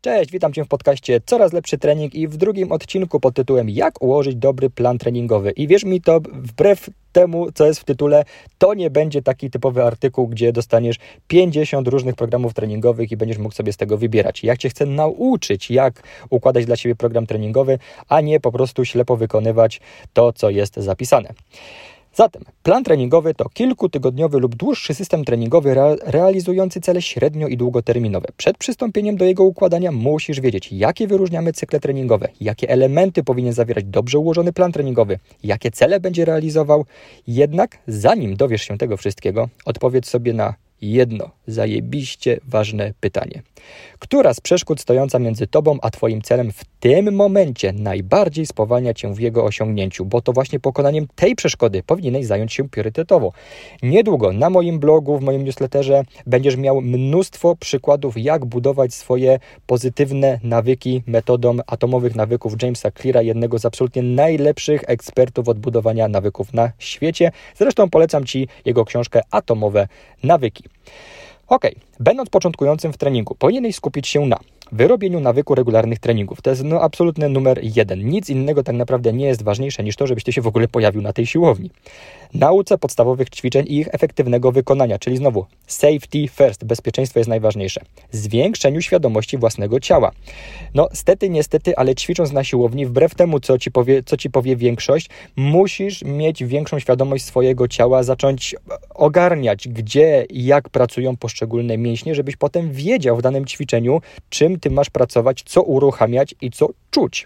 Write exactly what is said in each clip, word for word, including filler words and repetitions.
Cześć, witam Cię w podcaście Coraz Lepszy Trening i w drugim odcinku pod tytułem Jak ułożyć dobry plan treningowy. I wierz mi to, wbrew temu, co jest w tytule, to nie będzie taki typowy artykuł, gdzie dostaniesz pięćdziesiąt różnych programów treningowych i będziesz mógł sobie z tego wybierać. Ja Cię chcę nauczyć, jak układać dla siebie program treningowy, a nie po prostu ślepo wykonywać to, co jest zapisane. Zatem plan treningowy to kilkutygodniowy lub dłuższy system treningowy re- realizujący cele średnio- i długoterminowe. Przed przystąpieniem do jego układania musisz wiedzieć, jakie wyróżniamy cykle treningowe, jakie elementy powinien zawierać dobrze ułożony plan treningowy, jakie cele będzie realizował. Jednak zanim dowiesz się tego wszystkiego, odpowiedz sobie na jedno zajebiście ważne pytanie. Która z przeszkód stojąca między Tobą a Twoim celem w tym momencie najbardziej spowalnia Cię w jego osiągnięciu? Bo to właśnie pokonaniem tej przeszkody powinieneś zająć się priorytetowo. Niedługo na moim blogu, w moim newsletterze będziesz miał mnóstwo przykładów, jak budować swoje pozytywne nawyki metodą atomowych nawyków Jamesa Cleara, jednego z absolutnie najlepszych ekspertów od budowania nawyków na świecie. Zresztą polecam Ci jego książkę Atomowe nawyki. Ok, będąc początkującym w treningu, powinieneś skupić się na wyrobieniu nawyku regularnych treningów. To jest no, absolutny numer jeden. Nic innego tak naprawdę nie jest ważniejsze niż to, żebyś ty się w ogóle pojawił na tej siłowni. Nauce podstawowych ćwiczeń i ich efektywnego wykonania, czyli znowu safety first, bezpieczeństwo jest najważniejsze. Zwiększeniu świadomości własnego ciała. No stety, niestety, ale ćwicząc na siłowni, wbrew temu, co ci powie, co ci powie większość, musisz mieć większą świadomość swojego ciała, zacząć ogarniać, gdzie i jak pracują poszczególne mięśnie, żebyś potem wiedział w danym ćwiczeniu, czym ty masz pracować, co uruchamiać i co czuć.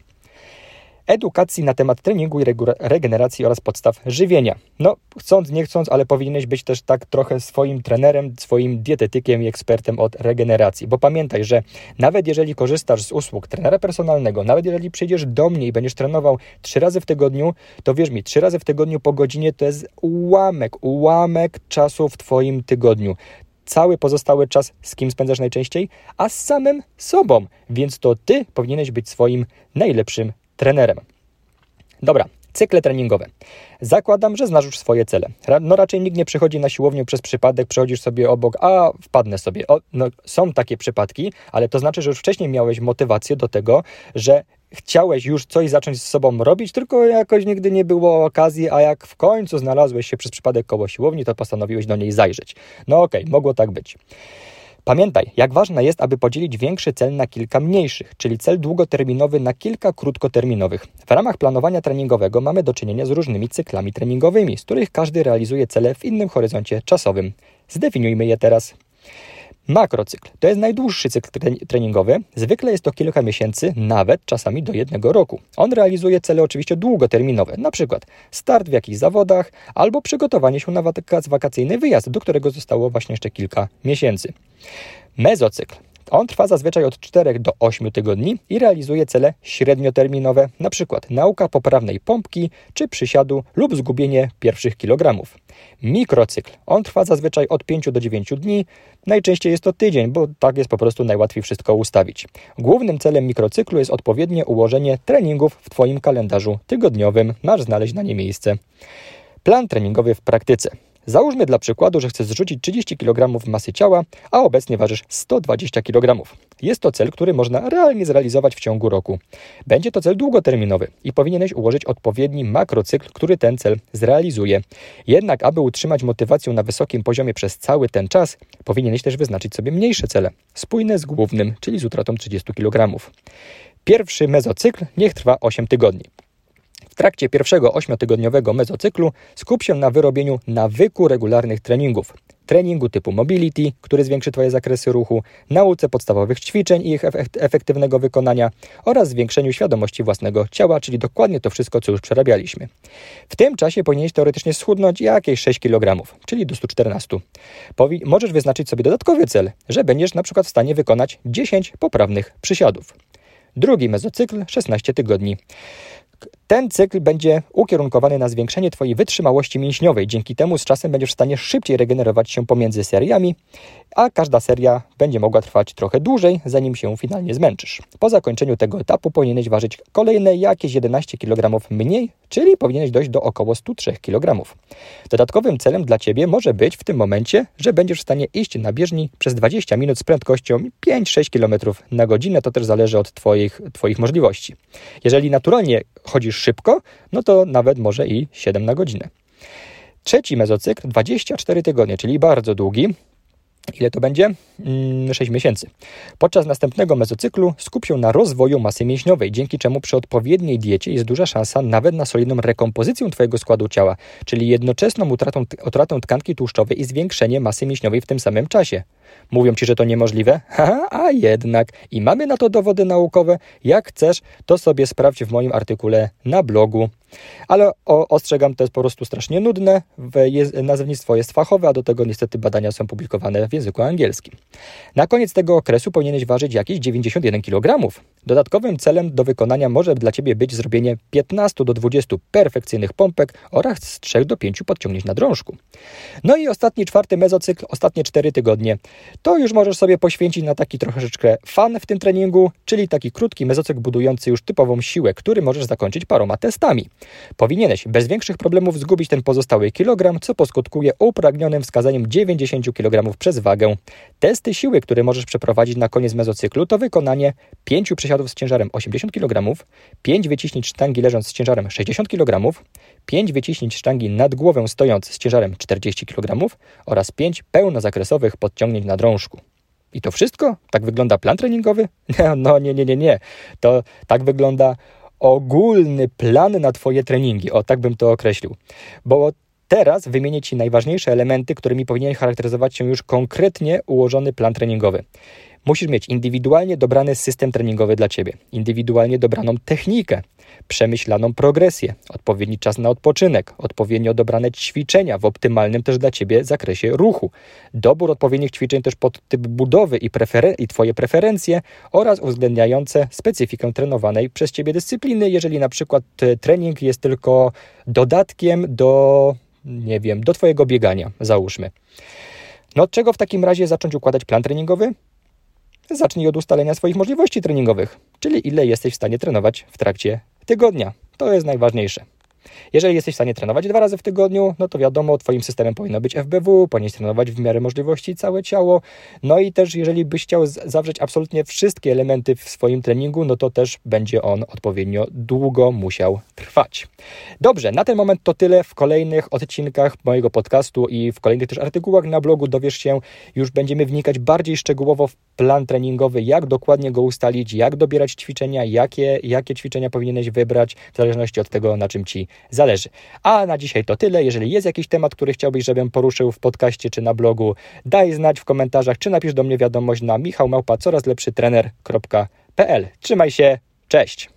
Edukacji na temat treningu i regeneracji oraz podstaw żywienia. No, chcąc, nie chcąc, ale powinieneś być też tak trochę swoim trenerem, swoim dietetykiem i ekspertem od regeneracji. Bo pamiętaj, że nawet jeżeli korzystasz z usług trenera personalnego, nawet jeżeli przyjdziesz do mnie i będziesz trenował trzy razy w tygodniu, to wierz mi, trzy razy w tygodniu po godzinie to jest ułamek, ułamek czasu w twoim tygodniu. Cały pozostały czas z kim spędzasz najczęściej? A z samym sobą. Więc to ty powinieneś być swoim najlepszym trenerem. Dobra, cykle treningowe. Zakładam, że znasz już swoje cele. No raczej nikt nie przychodzi na siłownię przez przypadek, przechodzisz sobie obok, a wpadnę sobie. O, no, są takie przypadki, ale to znaczy, że już wcześniej miałeś motywację do tego, że chciałeś już coś zacząć z sobą robić, tylko jakoś nigdy nie było okazji, a jak w końcu znalazłeś się przez przypadek koło siłowni, to postanowiłeś do niej zajrzeć. No okej, okay, mogło tak być. Pamiętaj, jak ważne jest, aby podzielić większy cel na kilka mniejszych, czyli cel długoterminowy na kilka krótkoterminowych. W ramach planowania treningowego mamy do czynienia z różnymi cyklami treningowymi, z których każdy realizuje cele w innym horyzoncie czasowym. Zdefiniujmy je teraz. Makrocykl to jest najdłuższy cykl treningowy, zwykle jest to kilka miesięcy, nawet czasami do jednego roku. On realizuje cele oczywiście długoterminowe, na przykład start w jakichś zawodach albo przygotowanie się na wakacyjny wyjazd, do którego zostało właśnie jeszcze kilka miesięcy. Mezocykl. On trwa zazwyczaj od czterech do ośmiu tygodni i realizuje cele średnioterminowe, na przykład nauka poprawnej pompki czy przysiadu lub zgubienie pierwszych kilogramów. Mikrocykl. On trwa zazwyczaj od pięciu do dziewięciu dni, najczęściej jest to tydzień, bo tak jest po prostu najłatwiej wszystko ustawić. Głównym celem mikrocyklu jest odpowiednie ułożenie treningów w Twoim kalendarzu tygodniowym. Masz znaleźć na nie miejsce. Plan treningowy w praktyce. Załóżmy dla przykładu, że chcesz zrzucić trzydzieści kilogramów masy ciała, a obecnie ważysz sto dwadzieścia kilogramów. Jest to cel, który można realnie zrealizować w ciągu roku. Będzie to cel długoterminowy i powinieneś ułożyć odpowiedni makrocykl, który ten cel zrealizuje. Jednak, aby utrzymać motywację na wysokim poziomie przez cały ten czas, powinieneś też wyznaczyć sobie mniejsze cele, spójne z głównym, czyli z utratą trzydziestu kilogramów. Pierwszy mezocykl niech trwa osiem tygodni. W trakcie pierwszego ośmiotygodniowego mezocyklu skup się na wyrobieniu nawyku regularnych treningów. Treningu typu mobility, który zwiększy Twoje zakresy ruchu, nauce podstawowych ćwiczeń i ich efektywnego wykonania oraz zwiększeniu świadomości własnego ciała, czyli dokładnie to wszystko, co już przerabialiśmy. W tym czasie powinieneś teoretycznie schudnąć jakieś sześć kilogramów, czyli do stu czternastu. Powi- możesz wyznaczyć sobie dodatkowy cel, że będziesz na przykład w stanie wykonać dziesięć poprawnych przysiadów. Drugi mezocykl, szesnaście tygodni. Ten cykl będzie ukierunkowany na zwiększenie Twojej wytrzymałości mięśniowej. Dzięki temu z czasem będziesz w stanie szybciej regenerować się pomiędzy seriami, a każda seria będzie mogła trwać trochę dłużej, zanim się finalnie zmęczysz. Po zakończeniu tego etapu powinieneś ważyć kolejne jakieś jedenaście kilogramów mniej, czyli powinieneś dojść do około sto trzy kilogramy. Dodatkowym celem dla Ciebie może być w tym momencie, że będziesz w stanie iść na bieżni przez dwadzieścia minut z prędkością pięć sześć kilometrów na godzinę. To też zależy od Twoich, twoich możliwości. Jeżeli naturalnie chodzisz szybko, no to nawet może i siedem na godzinę. Trzeci mezocykl, dwadzieścia cztery tygodnie, czyli bardzo długi. Ile to będzie? Hmm, sześć miesięcy. Podczas następnego mezocyklu skup się na rozwoju masy mięśniowej, dzięki czemu przy odpowiedniej diecie jest duża szansa nawet na solidną rekompozycję Twojego składu ciała, czyli jednoczesną utratą, utratą tkanki tłuszczowej i zwiększenie masy mięśniowej w tym samym czasie. Mówią Ci, że to niemożliwe? Haha, a jednak. I mamy na to dowody naukowe. Jak chcesz, to sobie sprawdź w moim artykule na blogu. Ale o, ostrzegam, to jest po prostu strasznie nudne, jest, nazewnictwo jest fachowe, a do tego niestety badania są publikowane w języku angielskim. Na koniec tego okresu powinieneś ważyć jakieś dziewięćdziesiąt jeden kilogramów. Dodatkowym celem do wykonania może dla Ciebie być zrobienie piętnaście do dwudziestu perfekcyjnych pompek oraz z trzech do pięciu podciągnięć na drążku. No i ostatni, czwarty mezocykl, ostatnie cztery tygodnie. To już możesz sobie poświęcić na taki troszeczkę fan w tym treningu, czyli taki krótki mezocykl budujący już typową siłę, który możesz zakończyć paroma testami. Powinieneś bez większych problemów zgubić ten pozostały kilogram, co poskutkuje upragnionym wskazaniem dziewięćdziesiąt kilogramów przez wagę. Testy siły, które możesz przeprowadzić na koniec mezocyklu, to wykonanie pięciu przysiadów z ciężarem osiemdziesiąt kilogramów, pięć wyciśnięć sztangi leżąc z ciężarem sześćdziesiąt kilogramów, pięć wyciśnięć sztangi nad głową stojąc z ciężarem czterdzieści kilogramów oraz pięć pełnozakresowych podciągnięć na drążku. I to wszystko? Tak wygląda plan treningowy? No nie, nie, nie, nie. To tak wygląda ogólny plan na Twoje treningi. O, tak bym to określił. Bo teraz wymienię Ci najważniejsze elementy, którymi powinien charakteryzować się już konkretnie ułożony plan treningowy. Musisz mieć indywidualnie dobrany system treningowy dla Ciebie, indywidualnie dobraną technikę, przemyślaną progresję, odpowiedni czas na odpoczynek, odpowiednio dobrane ćwiczenia w optymalnym też dla Ciebie zakresie ruchu, dobór odpowiednich ćwiczeń też pod typ budowy i, preferen- i Twoje preferencje oraz uwzględniające specyfikę trenowanej przez Ciebie dyscypliny, jeżeli na przykład trening jest tylko dodatkiem do, nie wiem, do Twojego biegania, załóżmy. No od czego w takim razie zacząć układać plan treningowy? Zacznij od ustalenia swoich możliwości treningowych, czyli ile jesteś w stanie trenować w trakcie tygodnia. To jest najważniejsze. Jeżeli jesteś w stanie trenować dwa razy w tygodniu, no to wiadomo, Twoim systemem powinno być F B W, powinieneś trenować w miarę możliwości całe ciało. No i też jeżeli byś chciał zawrzeć absolutnie wszystkie elementy w swoim treningu, no to też będzie on odpowiednio długo musiał trwać. Dobrze, na ten moment to tyle. W kolejnych odcinkach mojego podcastu i w kolejnych też artykułach na blogu dowiesz się, już będziemy wnikać bardziej szczegółowo w plan treningowy, jak dokładnie go ustalić, jak dobierać ćwiczenia, jakie, jakie ćwiczenia powinieneś wybrać, w zależności od tego, na czym Ci zależy. A na dzisiaj to tyle. Jeżeli jest jakiś temat, który chciałbyś, żebym poruszył w podcaście czy na blogu, daj znać w komentarzach, czy napisz do mnie wiadomość na michał małpa coraz lepszy trener kropka p l. Trzymaj się, cześć!